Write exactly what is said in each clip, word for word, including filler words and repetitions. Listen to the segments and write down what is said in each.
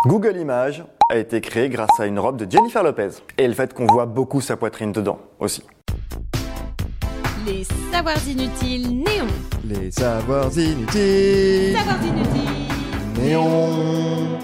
Google Images a été créé grâce à une robe de Jennifer Lopez. Et le fait qu'on voit beaucoup sa poitrine dedans aussi. Les savoirs inutiles néons. Les savoirs inutiles. Savoirs inutiles néons.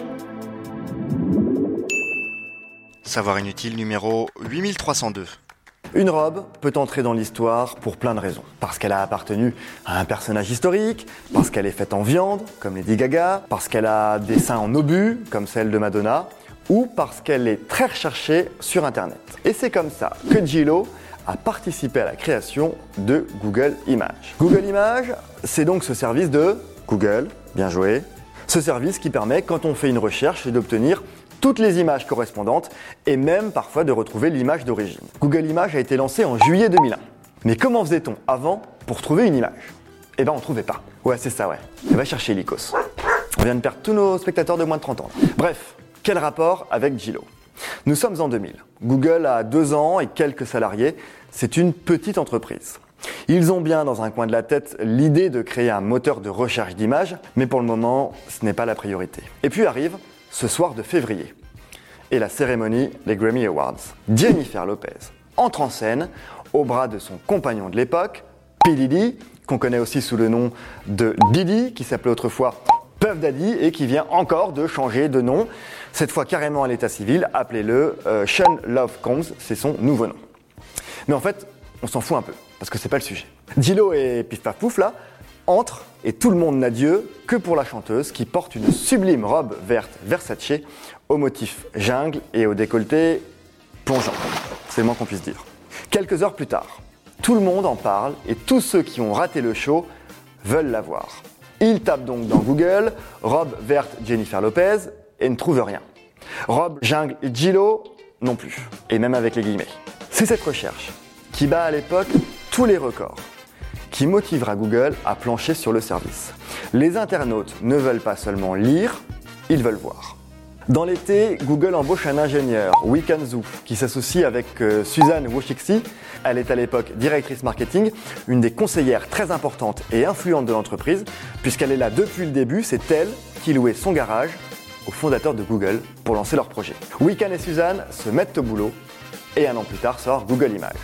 Savoir inutile numéro huit mille trois cent deux. Une robe peut entrer dans l'histoire pour plein de raisons. Parce qu'elle a appartenu à un personnage historique, parce qu'elle est faite en viande, comme Lady Gaga, parce qu'elle a des seins en obus, comme celle de Madonna, ou parce qu'elle est très recherchée sur Internet. Et c'est comme ça que Gillo a participé à la création de Google Images. Google Images, c'est donc ce service de Google, bien joué, ce service qui permet, quand on fait une recherche, d'obtenir toutes les images correspondantes et même parfois de retrouver l'image d'origine. Google Images a été lancé en juillet deux mille un. Mais comment faisait-on avant pour trouver une image ? Eh ben on trouvait pas. Ouais, c'est ça, ouais. On va chercher l'icos. On vient de perdre tous nos spectateurs de moins de trente ans. Bref, quel rapport avec Gillo ? Nous sommes en deux mille. Google a deux ans et quelques salariés. C'est une petite entreprise. Ils ont bien dans un coin de la tête l'idée de créer un moteur de recherche d'images, mais pour le moment, ce n'est pas la priorité. Et puis arrive ce soir de février, et la cérémonie des Grammy Awards. Jennifer Lopez entre en scène au bras de son compagnon de l'époque, P. Diddy, qu'on connaît aussi sous le nom de Diddy, qui s'appelait autrefois Puff Daddy et qui vient encore de changer de nom, cette fois carrément à l'état civil, appelez-le euh, Sean Love Combs, c'est son nouveau nom. Mais en fait, on s'en fout un peu, parce que c'est pas le sujet. Gillo et Pif Paf Pouf là, entrent et tout le monde n'a Dieu que pour la chanteuse qui porte une sublime robe verte Versace au motif jungle et au décolleté plongeant. C'est le moins qu'on puisse dire. Quelques heures plus tard, tout le monde en parle et tous ceux qui ont raté le show veulent la voir. Ils tapent donc dans Google robe verte Jennifer Lopez et ne trouvent rien. Robe jungle Gillo non plus, et même avec les guillemets. C'est cette recherche qui bat à l'époque tous les records, qui motivera Google à plancher sur le service. Les internautes ne veulent pas seulement lire, ils veulent voir. Dans l'été, Google embauche un ingénieur, Weekend Zhu, qui s'associe avec euh, Suzanne Wojcicki. Elle est à l'époque directrice marketing, une des conseillères très importantes et influentes de l'entreprise, puisqu'elle est là depuis le début, c'est elle qui louait son garage aux fondateurs de Google pour lancer leur projet. Weekend et Suzanne se mettent au boulot, et un an plus tard sort Google Images.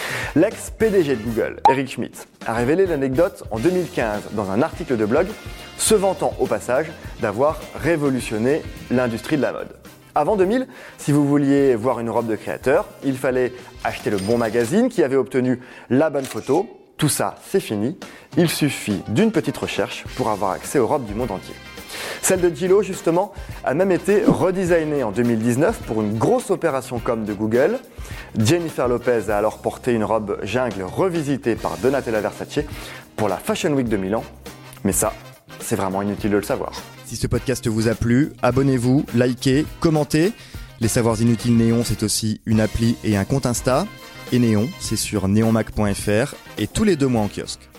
L'ex-P D G de Google, Eric Schmidt, a révélé l'anecdote en deux mille quinze dans un article de blog, se vantant au passage d'avoir révolutionné l'industrie de la mode. Avant deux mille, si vous vouliez voir une robe de créateur, il fallait acheter le bon magazine qui avait obtenu la bonne photo. Tout ça, c'est fini. Il suffit d'une petite recherche pour avoir accès aux robes du monde entier. Celle de Gillo, justement, a même été redesignée en deux mille dix-neuf pour une grosse opération com de Google. Jennifer Lopez a alors porté une robe jungle revisitée par Donatella Versace pour la Fashion Week de Milan. Mais ça, c'est vraiment inutile de le savoir. Si ce podcast vous a plu, abonnez-vous, likez, commentez. Les Savoirs Inutiles Néon, c'est aussi une appli et un compte Insta. Et Néon, c'est sur néonmac point f r et tous les deux mois en kiosque.